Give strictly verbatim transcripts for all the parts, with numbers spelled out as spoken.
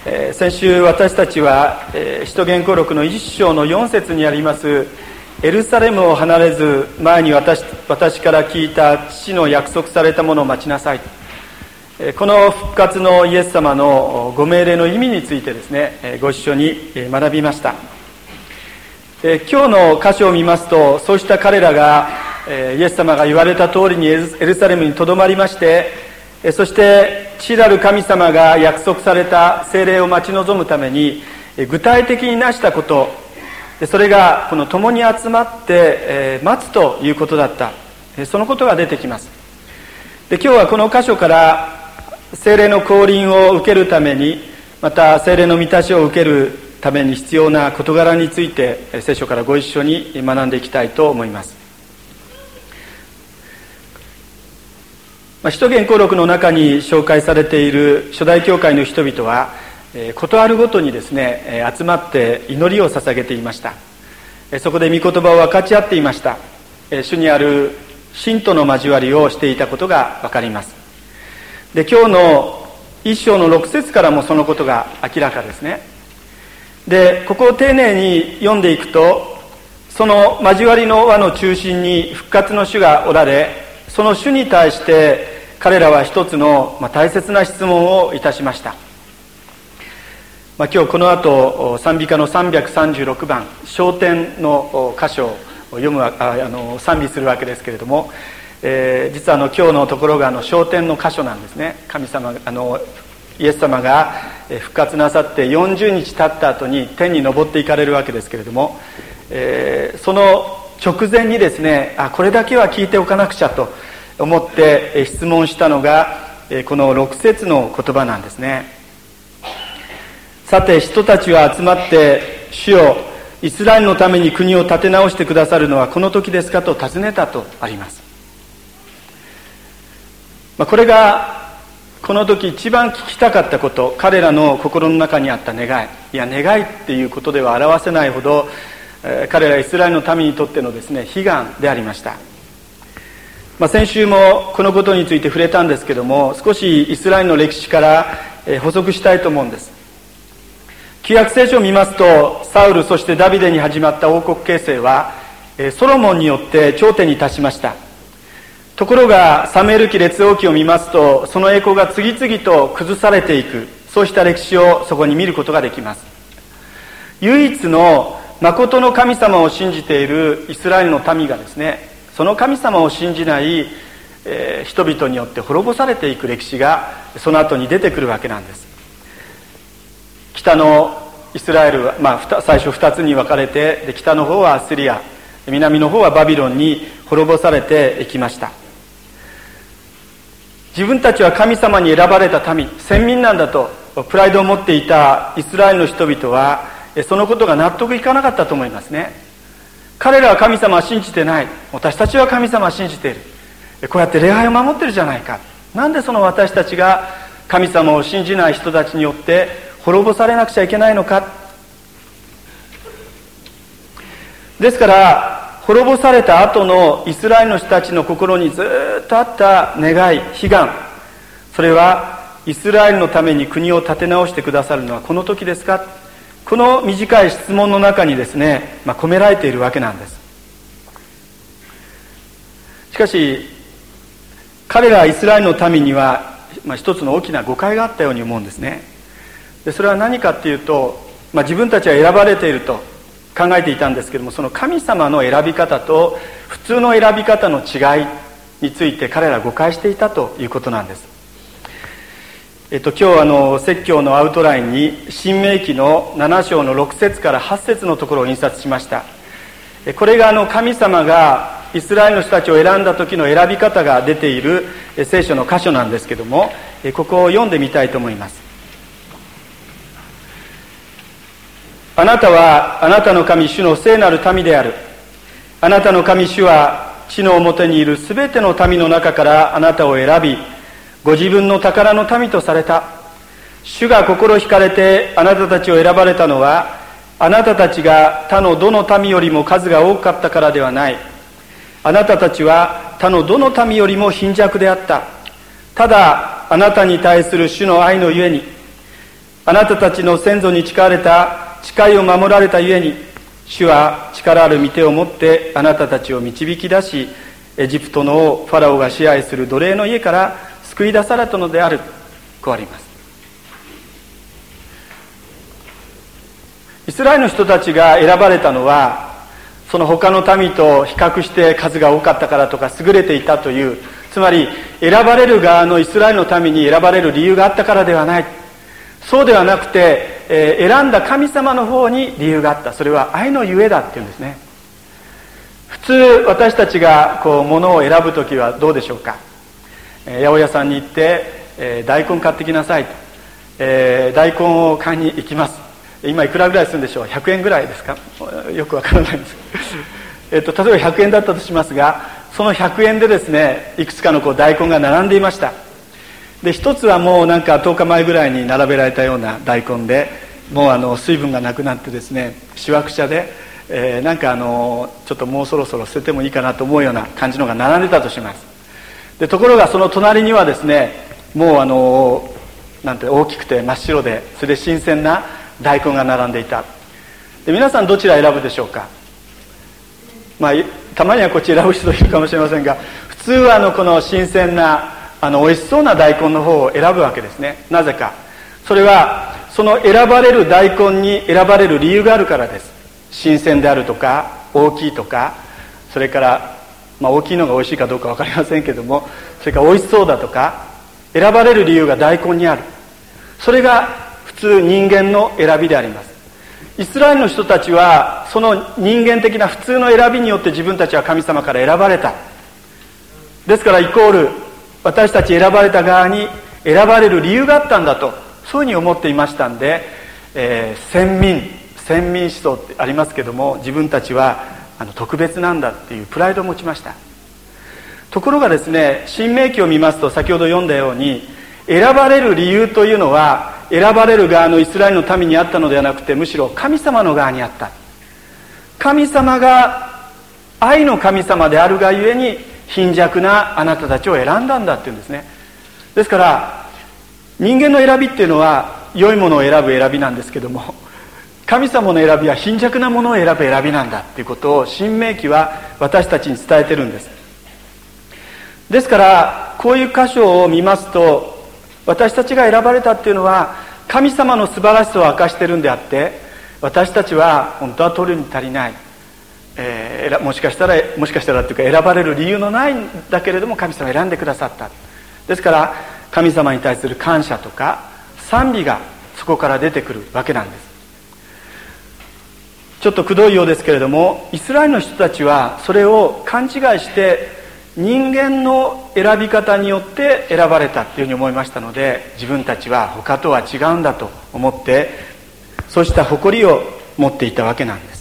えー、先週私たちは、えー、使徒言行録のいっ章のよん節にありますエルサレムを離れず前に 私, 私から聞いた父の約束されたものを待ちなさい、えー、この復活のイエス様のご命令の意味についてですね、えー、ご一緒に学びました。えー、今日の箇所を見ますと、そうした彼らが、えー、イエス様が言われた通りにエルサレムにとどまりまして、えー、そして父なる神様が約束された聖霊を待ち望むために、えー、具体的になしたこと、それがこの共に集まって、えー、待つということだった、えー、そのことが出てきます。で、今日はこの箇所から聖霊の降臨を受けるために、また聖霊の満たしを受けるために必要な事柄について聖書からご一緒に学んでいきたいと思います。使徒言行録の中に紹介されている初代教会の人々は、事あるごとにですね集まって祈りを捧げていました。そこで御言葉を分かち合っていました。主にある信徒の交わりをしていたことが分かります。で、今日の一章の六節からもそのことが明らかですね。で、ここを丁寧に読んでいくと、その交わりの輪の中心に復活の主がおられ、その主に対して彼らは一つの、まあ、大切な質問をいたしました。まあ、今日この後賛美歌のさんびゃくさんじゅうろくばん昇天の箇所を読むああの賛美するわけですけれども、えー、実はあの今日のところがあの昇天の箇所なんですね。神様あのイエス様が復活なさってよんじゅうにち経った後に天に昇っていかれるわけですけれども、えー、その直前にですね、あ、これだけは聞いておかなくちゃと思って質問したのがこのろく節の言葉なんですね。さて人たちは集まって主よ、イスラエルのために国を立て直してくださるのはこの時ですかと尋ねたとあります。まあ、これがこの時一番聞きたかったこと、彼らの心の中にあった願い、いや願いっていうことでは表せないほど、えー、彼らイスラエルの民にとってのですね悲願でありました。まあ、先週もこのことについて触れたんですけども、少しイスラエルの歴史から、えー、補足したいと思うんです。旧約聖書を見ますと、サウルそしてダビデに始まった王国形成は、えー、ソロモンによって頂点に達しました。ところがサムエル記列王記を見ますと、その栄光が次々と崩されていく、そうした歴史をそこに見ることができます。唯一の誠の神様を信じているイスラエルの民がですね、その神様を信じない、えー、人々によって滅ぼされていく歴史がその後に出てくるわけなんです。北のイスラエルは、まあ、最初ふたつに分かれて、で北の方はアスリア、南の方はバビロンに滅ぼされていきました。自分たちは神様に選ばれた民、先民なんだとプライドを持っていたイスラエルの人々は、そのことが納得いかなかったと思いますね。彼らは神様を信じてない、私たちは神様を信じている、こうやって礼拝を守ってるじゃないか、なんでその私たちが神様を信じない人たちによって滅ぼされなくちゃいけないのか。ですから滅ぼされた後のイスラエルの人たちの心にずっとあった願い、悲願、それはイスラエルのために国を立て直してくださるのはこの時ですか。この短い質問の中にですね、まあ、込められているわけなんです。しかし彼らイスラエルの民には、まあ、一つの大きな誤解があったように思うんですね。でそれは何かっていうと、まあ、自分たちは選ばれていると考えていたんですけども、その神様の選び方と普通の選び方の違いについて彼らは誤解していたということなんです。えっと、今日あの説教のアウトラインに新明記のなな章のろく節からはち節のところを印刷しました。これがあの神様がイスラエルの人たちを選んだ時の選び方が出ている聖書の箇所なんですけども、ここを読んでみたいと思います。あなたはあなたの神主の聖なる民である。あなたの神主は地の表にいるすべての民の中からあなたを選び、ご自分の宝の民とされた。主が心惹かれてあなたたちを選ばれたのは、あなたたちが他のどの民よりも数が多かったからではない。あなたたちは他のどの民よりも貧弱であった。ただあなたに対する主の愛のゆえに、 あなたたちの先祖に誓われた誓いを守られたゆえに、主は力ある御手を持ってあなたたちを導き出し、エジプトの王ファラオが支配する奴隷の家から救い出されたのである。こうあります。イスラエルの人たちが選ばれたのは、その他の民と比較して数が多かったからとか優れていたという、つまり選ばれる側のイスラエルの民に選ばれる理由があったからではない。そうではなくて、えー、選んだ神様の方に理由があった。それは愛のゆえだっていうんですね。普通私たちがこう物を選ぶときはどうでしょうか。えー、八百屋さんに行って、えー、大根買ってきなさいと、えー、大根を買いに行きます。今いくらぐらいするんでしょう。ひゃくえんぐらいですか。よくわからないんですえっと例えばひゃくえんだったとしますが、そのひゃくえんでですね、いくつかのこう大根が並んでいました。で一つはもうなんかとおかまえぐらいに並べられたような大根で、もうあの水分がなくなってですね、しわくちゃで、えー、なんかあのちょっともうそろそろ捨ててもいいかなと思うような感じのが並んでたとします。でところがその隣にはですね、もうあのなんて大きくて真っ白で、それで新鮮な大根が並んでいた。で皆さんどちら選ぶでしょうか。まあたまにはこっち選ぶ人いるかもしれませんが、普通はあのこの新鮮なあの美味しそうな大根の方を選ぶわけですね。なぜか。それはその選ばれる大根に選ばれる理由があるからです。新鮮であるとか大きいとか、それから、まあ、大きいのが美味しいかどうか分かりませんけども、それから美味しそうだとか、選ばれる理由が大根にある。それが普通人間の選びであります。イスラエルの人たちはその人間的な普通の選びによって自分たちは神様から選ばれた。ですからイコール私たち選ばれた側に選ばれる理由があったんだと、そういうふうに思っていましたんで、えー、先民先民思想ってありますけども、自分たちはあの特別なんだっていうプライドを持ちました。ところがですね、新明記を見ますと、先ほど読んだように選ばれる理由というのは選ばれる側のイスラエルの民にあったのではなくて、むしろ神様の側にあった。神様が愛の神様であるがゆえに貧弱なあなたたちを選んだんだっていうんですね。ですから人間の選びっていうのは良いものを選ぶ選びなんですけども、神様の選びは貧弱なものを選ぶ選びなんだっていうことを新明記は私たちに伝えてるんです。ですからこういう箇所を見ますと、私たちが選ばれたっていうのは神様の素晴らしさを明かしてるんであって、私たちは本当は取るに足りない、えー、もしかしたらもしかしたらっていうか選ばれる理由のないんだけれども神様選んでくださった。ですから神様に対する感謝とか賛美がそこから出てくるわけなんです。ちょっとくどいようですけれども、イスラエルの人たちはそれを勘違いして人間の選び方によって選ばれたっていうふうに思いましたので、自分たちは他とは違うんだと思って、そうした誇りを持っていたわけなんです。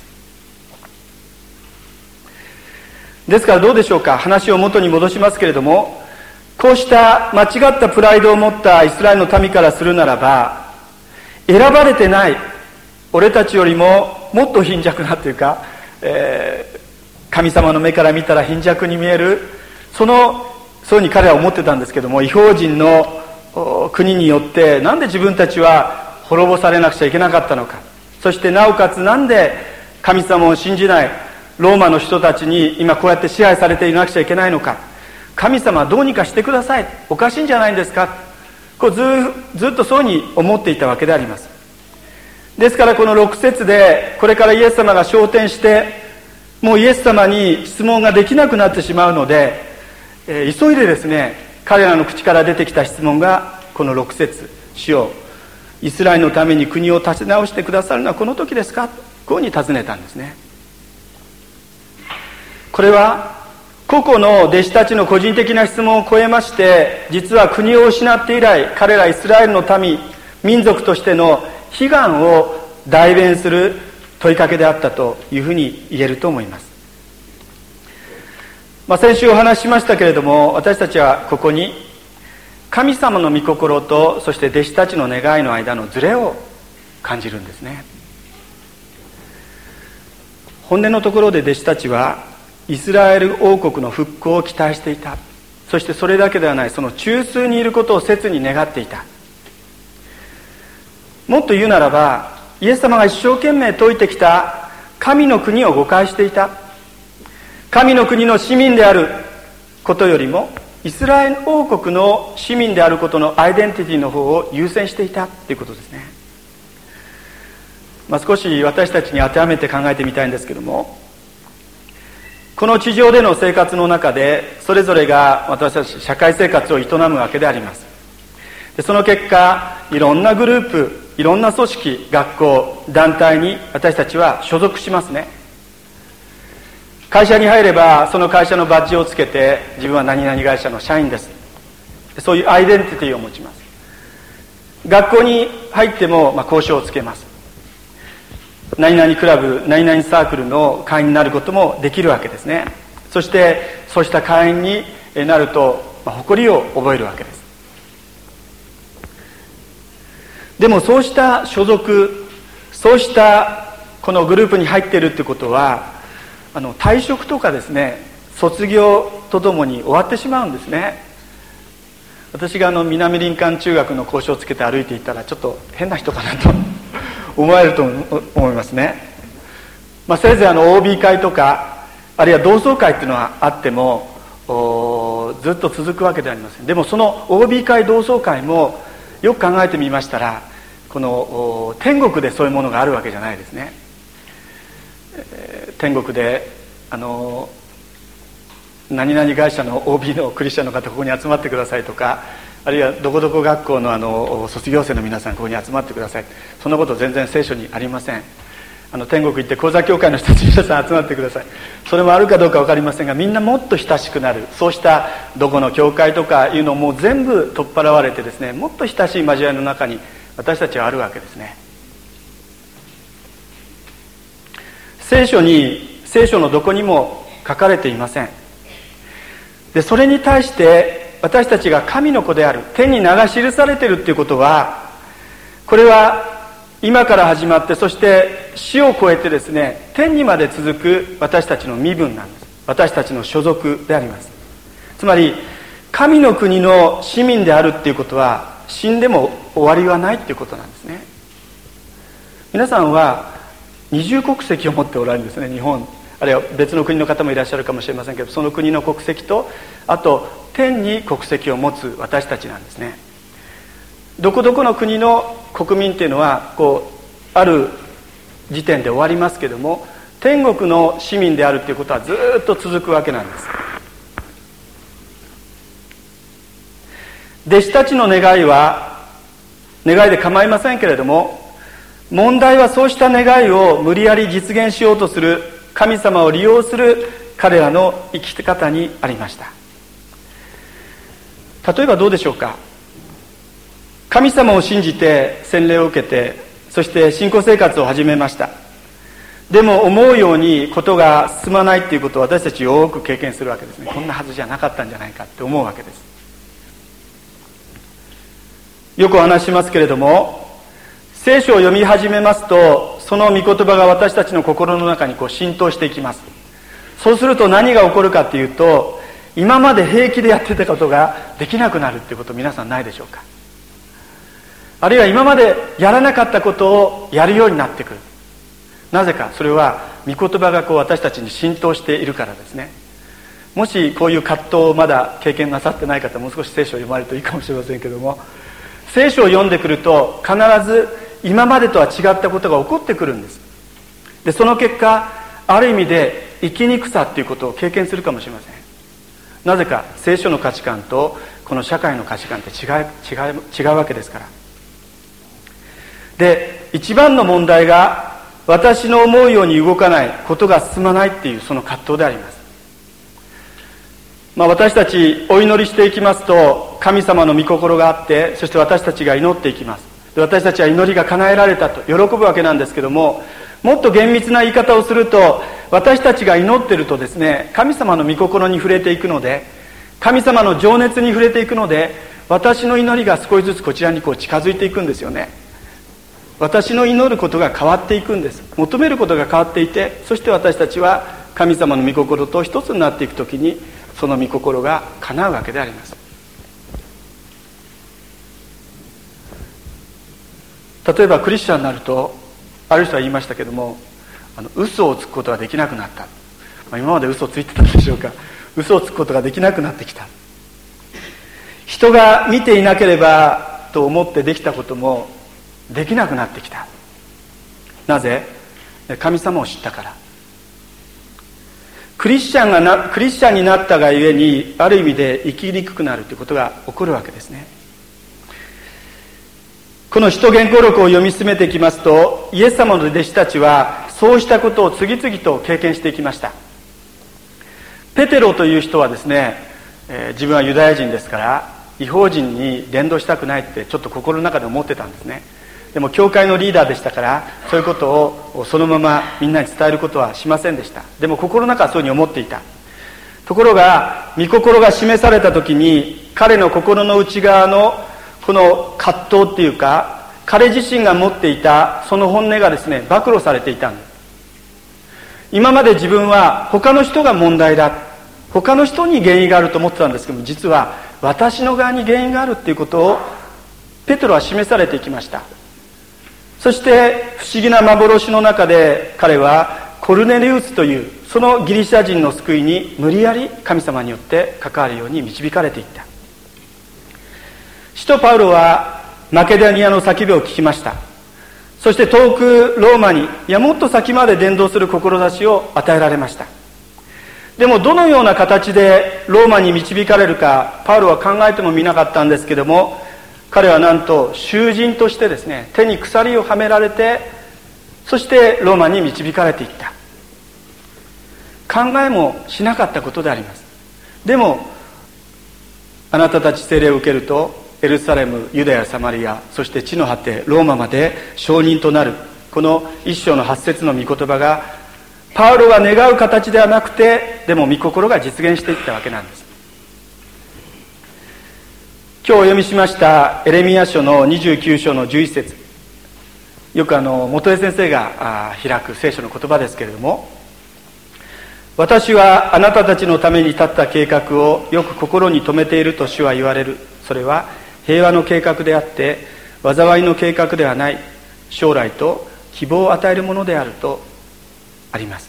ですからどうでしょうか。話を元に戻しますけれども、こうした間違ったプライドを持ったイスラエルの民からするならば、選ばれてない俺たちよりももっと貧弱なというか、えー、神様の目から見たら貧弱に見える、そのそういうふうに彼は思ってたんですけども、異邦人の国によってなんで自分たちは滅ぼされなくちゃいけなかったのか、そしてなおかつなんで神様を信じないローマの人たちに今こうやって支配されていなくちゃいけないのか、神様はどうにかしてください、おかしいんじゃないんですか、こう ず, ずっとそうに思っていたわけであります。ですからこのろく節でこれからイエス様が昇天して、もうイエス様に質問ができなくなってしまうので、えー、急いでですね、彼らの口から出てきた質問がこのろく節、主よイスラエルのために国を立て直してくださるのはこの時ですか、こういうふうに尋ねたんですね。これは個々の弟子たちの個人的な質問を超えまして、実は国を失って以来彼らイスラエルの民民族としての悲願を代弁する問いかけであったというふうに言えると思います。まあ、先週お話ししましたけれども、私たちはここに神様の御心とそして弟子たちの願いの間のズレを感じるんですね。本音のところで弟子たちはイスラエル王国の復興を期待していた。そしてそれだけではない、その中枢にいることを切に願っていた。 もっと言うならば、イエス様が一生懸命説いてきた神の国を誤解していた。神の国の市民であることよりもイスラエル王国の市民であることのアイデンティティの方を優先していたということですね。まあ、少し私たちに当てはめて考えてみたいんですけども、この地上での生活の中でそれぞれが私たち社会生活を営むわけであります。でその結果、いろんなグループ、いろんな組織、学校、団体に私たちは所属しますね。会社に入ればその会社のバッジをつけて、自分は何々会社の社員です、そういうアイデンティティを持ちます。学校に入っても、まあ、校章をつけます。何々クラブ、何々サークルの会員になることもできるわけですね。そしてそうした会員になると、まあ、誇りを覚えるわけです。でもそうした所属、そうしたこのグループに入っているということは、あの退職とかですね、卒業とともに終わってしまうんですね。私があの南林間中学の校章をつけて歩いていたら、ちょっと変な人かなと思われると思いますね。まあ、せいぜいあの オービー 会とか、あるいは同窓会っていうのはあってもずっと続くわけではありません。でもその オービー 会、同窓会もよく考えてみましたら、この天国でそういうものがあるわけじゃないですね。天国であの何々会社の オービー のクリスチャンの方ここに集まってくださいとか、あるいはどこどこ学校のあの卒業生の皆さんここに集まってください、そんなこと全然聖書にありません。あの天国行って講座協会の人たち皆さん集まってください、それもあるかどうか分かりませんが、みんなもっと親しくなる、そうしたどこの教会とかいうのも全部取っ払われてですね、もっと親しい交わりの中に私たちはあるわけですね。聖書に聖書のどこにも書かれていません。でそれに対して私たちが神の子である、天に名が記されているということは、これは今から始まって、そして死を超えてですね、天にまで続く私たちの身分なんです。私たちの所属であります。つまり神の国の市民であるっていうことは、死んでも終わりはないっていうことなんですね。皆さんは二重国籍を持っておられるんですね。日本あるいは別の国の方もいらっしゃるかもしれませんけど、その国の国籍と、あと天に国籍を持つ私たちなんですね。どこどこの国の国民っていうのはこうある時点で終わりますけども、天国の市民であるということはずっと続くわけなんです。弟子たちの願いは願いで構いませんけれども、問題はそうした願いを無理やり実現しようとする神様を利用する彼らの生き方にありました。例えばどうでしょうか。神様を信じて洗礼を受けて、そして信仰生活を始めました。でも思うようにことが進まないっていうことを私たちよく経験するわけですね。こんなはずじゃなかったんじゃないかって思うわけです。よくお話しますけれども、聖書を読み始めますと、その御言葉が私たちの心の中にこう浸透していきます。そうすると何が起こるかっていうと、今まで平気でやってたことができなくなるっていうこと、皆さんないでしょうか。あるいは今までやらなかったことをやるようになってくる。なぜか、それは御言葉がこう私たちに浸透しているからですね。もしこういう葛藤をまだ経験なさってない方、もう少し聖書を読まれるといいかもしれませんけども、聖書を読んでくると必ず今までとは違ったことが起こってくるんです。でその結果、ある意味で生きにくさっていうことを経験するかもしれません。なぜか、聖書の価値観とこの社会の価値観って違う、違う、違うわけですから。で一番の問題が、私の思うように動かない、ことが進まないっていうその葛藤であります。まあ、私たちお祈りしていきますと、神様の御心があって、そして私たちが祈っていきます。で私たちは祈りが叶えられたと喜ぶわけなんですけども、もっと厳密な言い方をすると、私たちが祈ってるとですね、神様の御心に触れていくので、神様の情熱に触れていくので、私の祈りが少しずつこちらにこう近づいていくんですよね。私の祈ることが変わっていくんです。求めることが変わっていて、そして私たちは神様の御心と一つになっていくときに、その御心が叶うわけであります。 例えばクリスチャンになると、ある人は言いましたけども、あの嘘をつくことができなくなった、まあ、今まで嘘をついてたんでしょうか。嘘をつくことができなくなってきた。人が見ていなければと思ってできたこともできなくなってきた。なぜ？神様を知ったから。クリスチャンがなクリスチャンになったがゆえに、ある意味で生きにくくなるということが起こるわけですね。この使徒言行録を読み進めていきますと、イエス様の弟子たちはそうしたことを次々と経験していきました。ペテロという人はですね、えー、自分はユダヤ人ですから異邦人に伝道したくないってちょっと心の中で思ってたんですね。でも教会のリーダーでしたから、そういうことをそのままみんなに伝えることはしませんでした。でも心の中はそういうふうに思っていた。ところが御心が示された時に、彼の心の内側のこの葛藤っていうか、彼自身が持っていたその本音がですね、暴露されていたんです。今まで自分は他の人が問題だ、他の人に原因があると思ってたんですけども、実は私の側に原因があるっていうことをペテロは示されていきました。そして不思議な幻の中で、彼はコルネリウスというそのギリシャ人の救いに無理やり神様によって関わるように導かれていった。使徒パウロはマケドニアの叫びを聞きました。そして遠くローマに、いやもっと先まで伝道する志を与えられました。でもどのような形でローマに導かれるか、パウロは考えてもみなかったんですけども、彼はなんと囚人としてですね、手に鎖をはめられて、そしてローマに導かれていった。考えもしなかったことであります。でもあなたたち聖霊を受けると、エルサレム、ユダヤ、サマリア、そして地の果てローマまで証人となる。この一章の八節の御言葉がパウロが願う形ではなくて、でも御心が実現していったわけなんです。今日お読みしましたエレミヤ書のにじゅうきゅう章のじゅういっ節、よくあの元江先生が開く聖書の言葉ですけれども、私はあなたたちのために立った計画をよく心に留めていると主は言われる。それは平和の計画であって災いの計画ではない、将来と希望を与えるものであるとあります。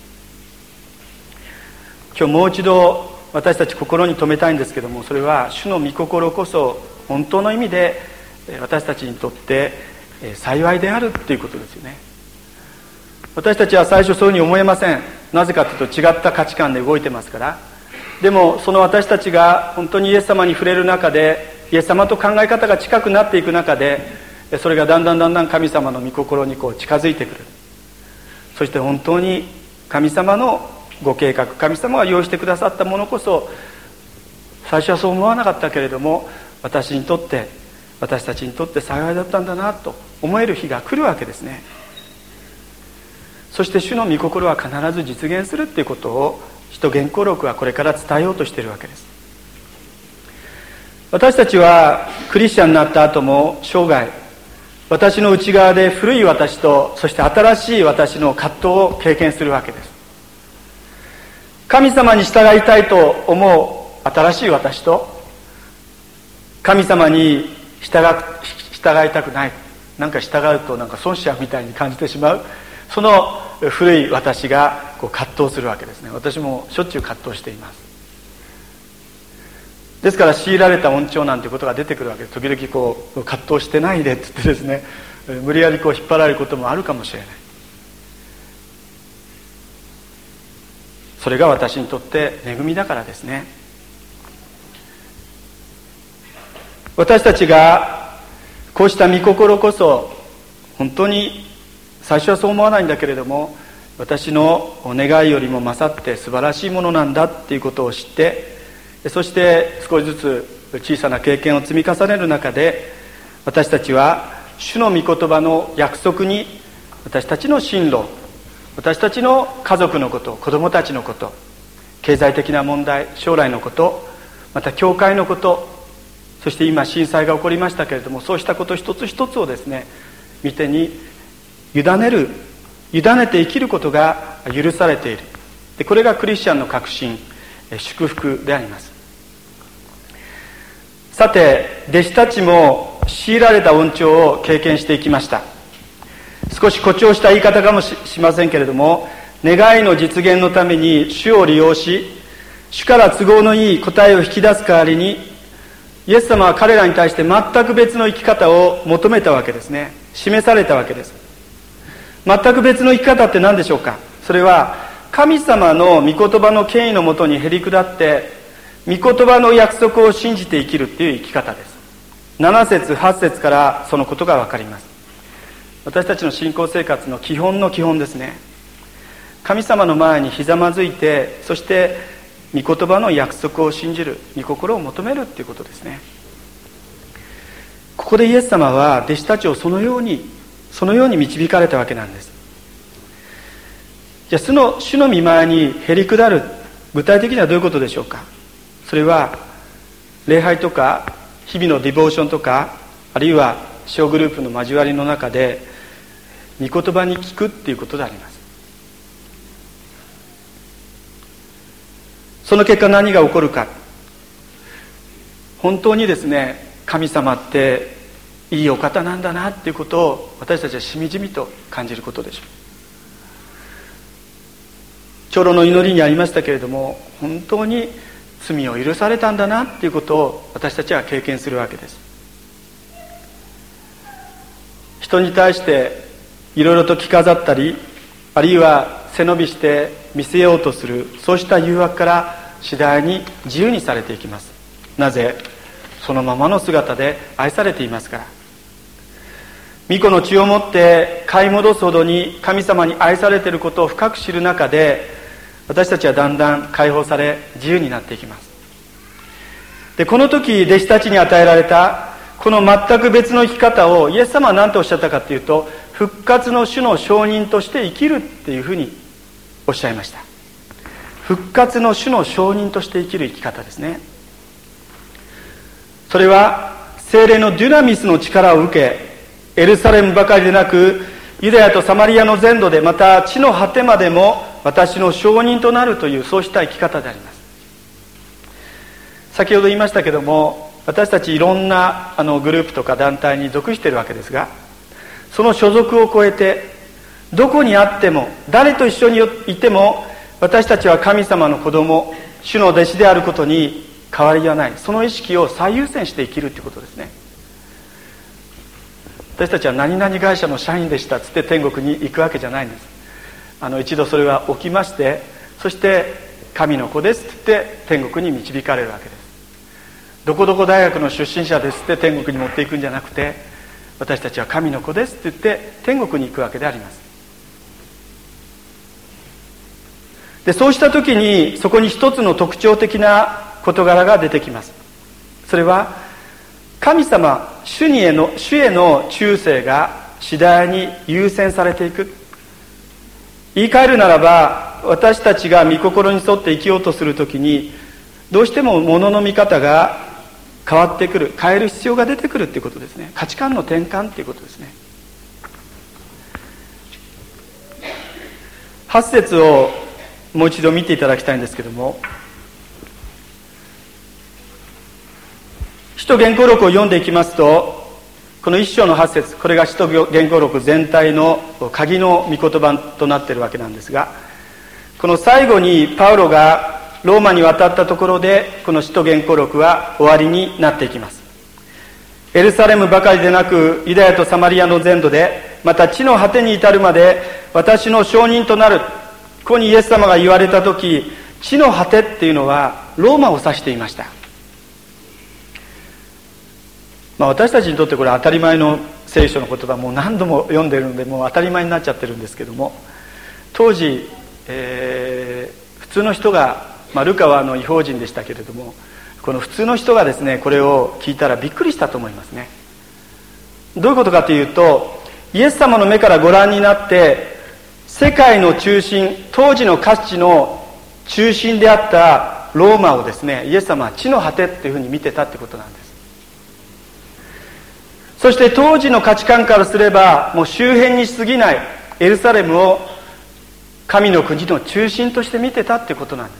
今日もう一度私たち心に留めたいんですけども、それは主の御心こそ本当の意味で私たちにとって幸いであるっていうことですよね。私たちは最初そういうふうに思えません。なぜかというと違った価値観で動いてますから。でもその私たちが本当にイエス様に触れる中で、イエス様と考え方が近くなっていく中で、それがだんだんだんだん神様の御心にこう近づいてくる。そして本当に神様のご計画、神様が用意してくださったものこそ、最初はそう思わなかったけれども、私にとって私たちにとって幸いだったんだなと思える日が来るわけですね。そして主の御心は必ず実現するっていうことを使徒言行録はこれから伝えようとしているわけです。私たちはクリスチャンになった後も生涯、私の内側で古い私と、そして新しい私の葛藤を経験するわけです。神様に従いたいと思う新しい私と、神様に従従いたくない、なんか従うとなんか損しちゃうみたいに感じてしまう、その古い私がこう葛藤するわけですね。私もしょっちゅう葛藤しています。ですから強いられた恩寵なんてことが出てくるわけです。時々こう葛藤してないでって言ってですね、無理やりこう引っ張られることもあるかもしれない。それが私にとって恵みだからですね。私たちがこうした御心こそ本当に最初はそう思わないんだけれども、私の願いよりも勝って素晴らしいものなんだっていうことを知って、そして少しずつ小さな経験を積み重ねる中で、私たちは主の御言葉の約束に、私たちの進路、私たちの家族のこと、子供たちのこと、経済的な問題、将来のこと、また教会のこと、そして今震災が起こりましたけれども、そうしたこと一つ一つをですね、御手に委ねる、委ねて生きることが許されている。でこれがクリスチャンの確信、祝福であります。さて、弟子たちも強いられた恩寵を経験していきました。 少し誇張した言い方かも し, しませんけれども、願いの実現のために主を利用し、主から都合のいい答えを引き出す代わりに、イエス様は彼らに対して全く別の生き方を求めたわけですね。示されたわけです。全く別の生き方って何でしょうか。それは神様の御言葉の権威のもとにへり下って、御言葉の約束を信じて生きるっていう生き方です。なな節はち節からそのことが分かります。私たちの信仰生活の基本の基本ですね。神様の前にひざまずいて、そして御言葉の約束を信じる、御心を求めるっていうことですね。ここでイエス様は弟子たちをそのようにそのように導かれたわけなんです。じゃあ主の主の御前にへり下る、具体的にはどういうことでしょうか。それは礼拝とか日々のディボーションとか、あるいは小グループの交わりの中で御言葉に聞くっていうことであります。その結果何が起こるか。本当にですね、神様っていいお方なんだなっていうことを私たちはしみじみと感じることでしょう。長老の祈りにありましたけれども、本当に罪を許されたんだなっていうことを私たちは経験するわけです。人に対していろいろと着飾ったり、あるいは背伸びして見せようとする、そうした誘惑から次第に自由にされていきます。なぜ？そのままの姿で愛されていますから。御子の血をもって買い戻すほどに神様に愛されていることを深く知る中で、私たちはだんだん解放され自由になっていきます。で、この時弟子たちに与えられたこの全く別の生き方をイエス様は何とおっしゃったかというと、復活の主の証人として生きるっていうふうにおっしゃいました。復活の主の証人として生きる生き方ですね。それは聖霊のデュナミスの力を受け、エルサレムばかりでなくユダヤとサマリアの全土で、また地の果てまでも私の証人となるという、そうした生き方であります。先ほど言いましたけども、私たちいろんなあのグループとか団体に属しているわけですが、その所属を超えてどこにあっても誰と一緒にいても、私たちは神様の子供、主の弟子であることに変わりはない。その意識を最優先して生きるということですね。私たちは何々会社の社員でしたっつって天国に行くわけじゃないんです。あの一度それは起きまして、そして神の子ですって言って天国に導かれるわけです。どこどこ大学の出身者ですって天国に持っていくんじゃなくて、私たちは神の子ですって言って天国に行くわけであります。で、そうした時にそこに一つの特徴的な事柄が出てきます。それは神様、主にへの主への忠誠が次第に優先されていく。言い換えるならば、私たちが御心に沿って生きようとするときに、どうしても物の見方が変わってくる、変える必要が出てくるということですね。価値観の転換ということですね。はち節をもう一度見ていただきたいんですけども、使徒原稿録を読んでいきますと、この一章のはち節、これが使徒原稿録全体の鍵の御言葉となっているわけなんですが、この最後にパウロがローマに渡ったところで、この使徒原稿録は終わりになっていきます。エルサレムばかりでなくユダヤとサマリアの全土で、また地の果てに至るまで私の証人となる。ここにイエス様が言われた時、地の果てっていうのはローマを指していました。まあ、私たちにとってこれ当たり前の聖書の言葉、もう何度も読んでるのでもう当たり前になっちゃってるんですけども、当時、えー、普通の人が、まあ、ルカはあの異邦人でしたけれども、この普通の人がですね、これを聞いたらびっくりしたと思いますね。どういうことかというと、イエス様の目からご覧になって世界の中心、当時の価値の中心であったローマをですね、イエス様は地の果てっていうふうに見てたってことなんです。そして当時の価値観からすればもう周辺に過ぎないエルサレムを神の国の中心として見てたってことなんです。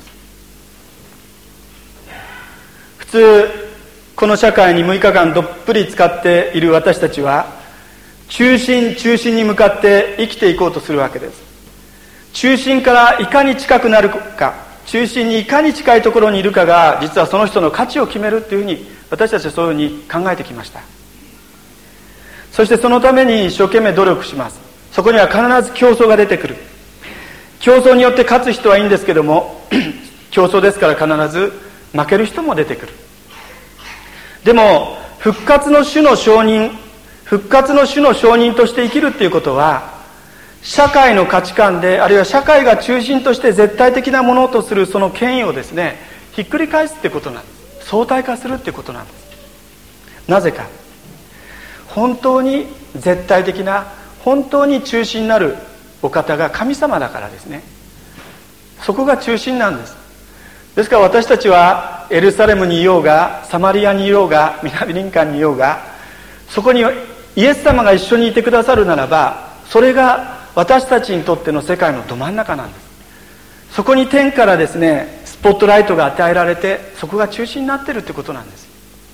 普通この社会にむいかかんどっぷり使っている私たちは、 中心中心に向かって生きていこうとするわけです。中心からいかに近くなるか、中心にいかに近いところにいるかが実はその人の価値を決めるというふうに私たちはそういうふうに考えてきました。そしてそのために一生懸命努力します。そこには必ず競争が出てくる。競争によって勝つ人はいいんですけども競争ですから必ず負ける人も出てくる。でも復活の主の証人、復活の主の証人として生きるっていうことは、社会の価値観で、あるいは社会が中心として絶対的なものとするその権威をですね、ひっくり返すってことなんです。相対化するってことなんです。なぜか、本当に絶対的な、本当に中心になるお方が神様だからですね。そこが中心なんです。ですから私たちはエルサレムにいようが、サマリアにいようが、南林間にいようが、そこにイエス様が一緒にいてくださるならば、それが私たちにとっての世界のど真ん中なんです。そこに天からですね、スポットライトが与えられて、そこが中心になっているということなんです。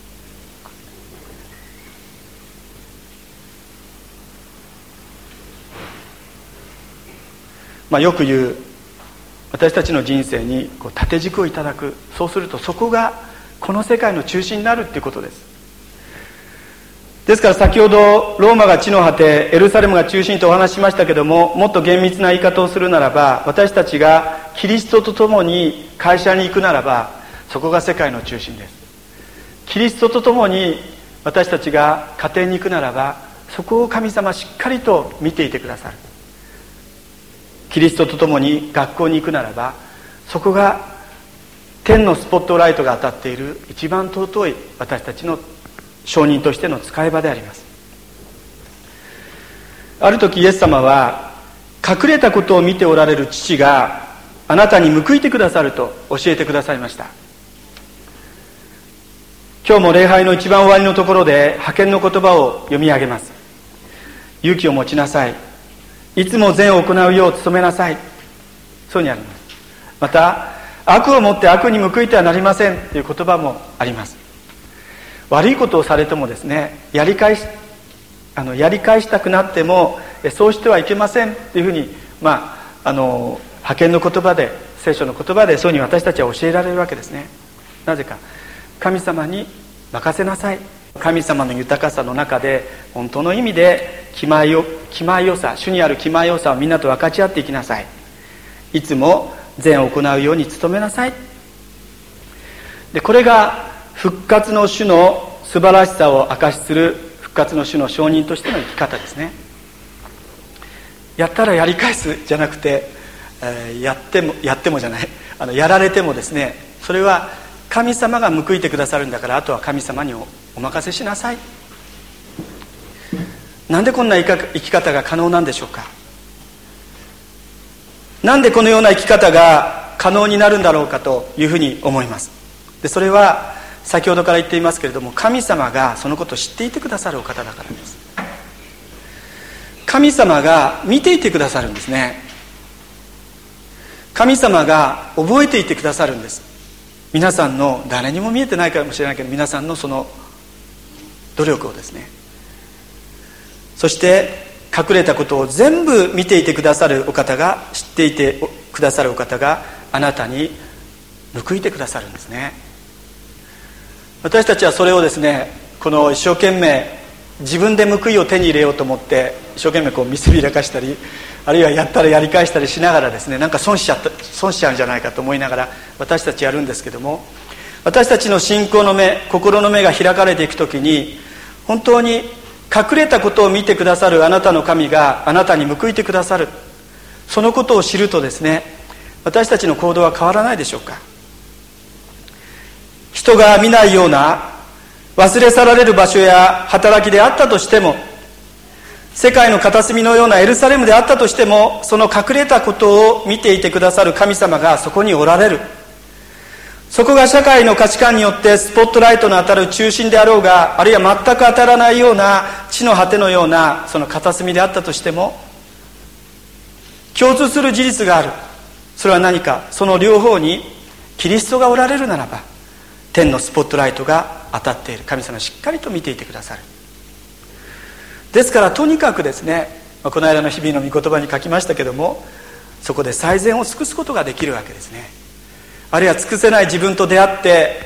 まあ、よく言う、私たちの人生にこう縦軸をいただく。そうするとそこがこの世界の中心になるということです。ですから先ほどローマが地の果て、エルサレムが中心とお話ししましたけども、もっと厳密な言い方をするならば、私たちがキリストと共に会社に行くならば、そこが世界の中心です。キリストと共に私たちが家庭に行くならば、そこを神様しっかりと見ていてくださる。キリストと共に学校に行くならば、そこが天のスポットライトが当たっている一番尊い私たちの証人としての使い場であります。ある時イエス様は、隠れたことを見ておられる父があなたに報いてくださると教えてくださいました。今日も礼拝の一番終わりのところで派遣の言葉を読み上げます。勇気を持ちなさい、いつも善を行うよう努めなさい、そうにあります。また、悪をもって悪に報いてはなりませんという言葉もあります。悪いことをされてもですね、やり返しあのやり返したくなってもそうしてはいけませんというふうに、まあ、あの派遣の言葉で、聖書の言葉でそういうふうに私たちは教えられるわけですね。なぜか、神様に任せなさい。神様の豊かさの中で本当の意味で気前よ気前よさ、主にある気前よさをみんなと分かち合っていきなさい。いつも善を行うように努めなさい。でこれが復活の主の素晴らしさを証しする復活の主の証人としての生き方ですね。やったらやり返すじゃなくて、えー、やってもやってもじゃないあのやられてもですね、それは神様が報いてくださるんだから、あとは神様に お, お任せしなさい。なんでこんな生き方が可能なんでしょうか。なんでこのような生き方が可能になるんだろうかというふうに思います。でそれは先ほどから言っていますけれども、神様がそのことを知っていてくださるお方だからです。神様が見ていてくださるんですね。神様が覚えていてくださるんです。皆さんの、誰にも見えてないかもしれないけど、皆さんのその努力をですね、そして隠れたことを全部見ていてくださるお方が、知っていてくださるお方があなたに報いてくださるんですね。私たちはそれをですね、この一生懸命自分で報いを手に入れようと思って一生懸命こう見せびらかしたり、あるいはやったらやり返したりしながらですね、なんか損しちゃった損しちゃうんじゃないかと思いながら私たちやるんですけども、私たちの信仰の目、心の目が開かれていくときに、本当に隠れたことを見てくださるあなたの神があなたに報いてくださる、そのことを知るとですね、私たちの行動は変わらないでしょうか。人が見ないような忘れ去られる場所や働きであったとしても、世界の片隅のようなエルサレムであったとしても、その隠れたことを見ていてくださる神様がそこにおられる。そこが社会の価値観によってスポットライトの当たる中心であろうが、あるいは全く当たらないような地の果てのようなその片隅であったとしても、共通する事実がある。それは何か、その両方にキリストがおられるならば、天のスポットライトが当たっている。神様しっかりと見ていてくださる。 ですからとにかくですね、この間の日々の御言葉に書きましたけども、そこで最善を尽くすことができるわけですね。あるいは尽くせない自分と出会って、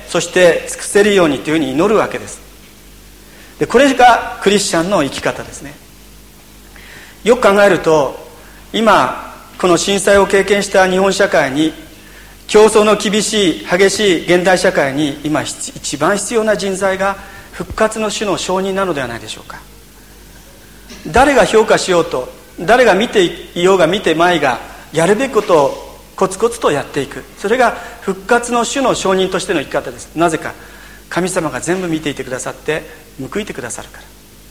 そして尽くせるようにというふうに祈るわけです。でこれがクリスチャンの生き方ですね。よく考えると、今この震災を経験した日本社会に、競争の厳しい激しい現代社会に今一番必要な人材が復活の主の証人なのではないでしょうか。誰が評価しようと、誰が見ていようが見てまいが、やるべきことをコツコツとやっていく、それが復活の主の証人としての生き方です。なぜか、神様が全部見ていてくださって報いてくださるから。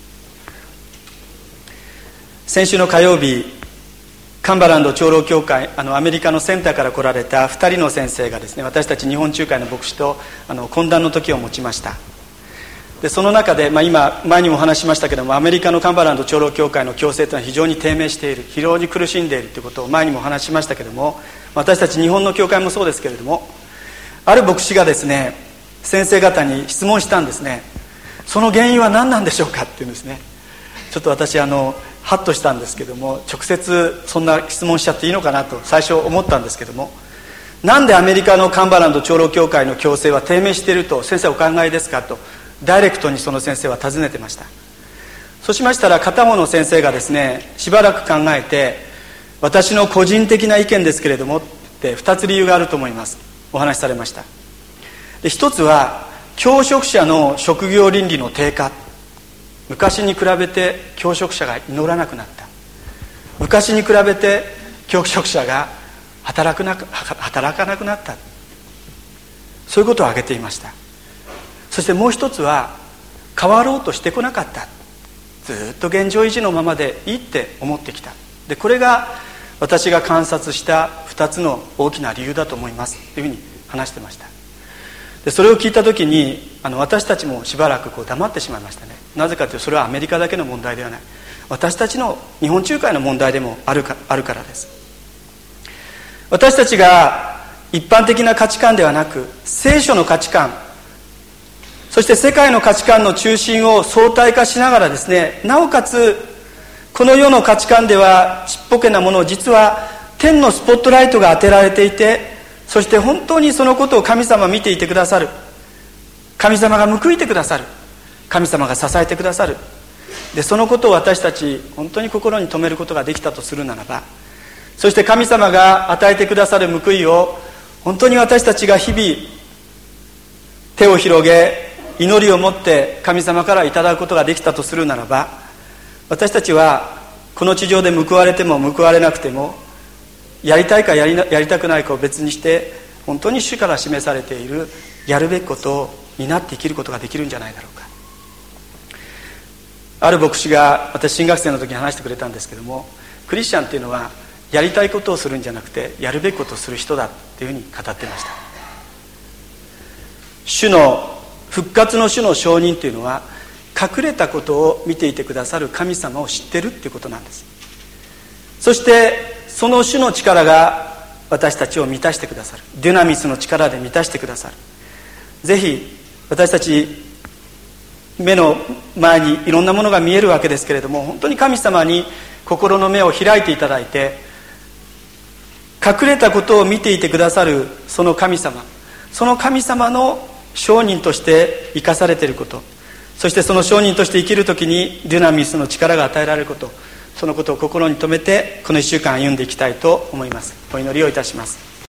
先週の火曜日、カンバランド長老教会、あのアメリカのセンターから来られたふたりの先生がですね、私たち日本中会の牧師とあの懇談の時を持ちました。でその中で、まあ、今前にもお話しましたけども、アメリカのカンバランド長老教会の教制というのは非常に低迷している、非常に苦しんでいるということを前にもお話ししましたけども、私たち日本の教会もそうですけれども、ある牧師がですね、先生方に質問したんですね。その原因は何なんでしょうかっていうんですね。ちょっと私あのハッとしたんですけども、直接そんな質問しちゃっていいのかなと最初思ったんですけども、なんでアメリカのカンバランド長老教会の教制は低迷していると先生お考えですかとダイレクトにその先生は尋ねてました。そうしましたら、片方の先生がですね、しばらく考えて、私の個人的な意見ですけれどもってふたつ理由があると思います、お話しされました。で一つは教職者の職業倫理の低下。昔に比べて教職者が祈らなくなった。昔に比べて教職者が働くな働かなくなった。そういうことを挙げていました。そしてもう一つは、変わろうとしてこなかった。ずっと現状維持のままでいいって思ってきた。でこれが私が観察したふたつの大きな理由だと思いますというふうに話してました。でそれを聞いた時に、あの私たちもしばらくこう黙ってしまいましたね。なぜかというと、それはアメリカだけの問題ではない、私たちの日本中会の問題でもあるか、あるからです。私たちが一般的な価値観ではなく、聖書の価値観、そして世界の価値観の中心を相対化しながらですね、なおかつこの世の価値観ではちっぽけなものを、実は天のスポットライトが当てられていて、そして本当にそのことを神様は見ていてくださる、神様が報いてくださる、神様が支えてくださる。でそのことを私たち本当に心に留めることができたとするならば、そして神様が与えてくださる報いを本当に私たちが日々手を広げ、祈りを持って神様からいただくことができたとするならば、私たちはこの地上で報われても報われなくても、やりたいかやりな、やりたくないかを別にして、本当に主から示されているやるべきことを担って生きることができるんじゃないだろうか。ある牧師が私新学生の時に話してくれたんですけども、クリスチャンっていうのはやりたいことをするんじゃなくて、やるべきことをする人だっていうふうに語ってました。主の復活の主の証人というのは、隠れたことを見ていてくださる神様を知ってるっていうことなんです。そしてその主の力が私たちを満たしてくださる、デュナミスの力で満たしてくださる。ぜひ私たち目の前にいろんなものが見えるわけですけれども、本当に神様に心の目を開いていただいて、隠れたことを見ていてくださるその神様、その神様の証人として生かされていること、そしてその証人として生きるときにデュナミスの力が与えられること、そのことを心に留めてこのいっしゅうかん歩んでいきたいと思います。お祈りをいたします。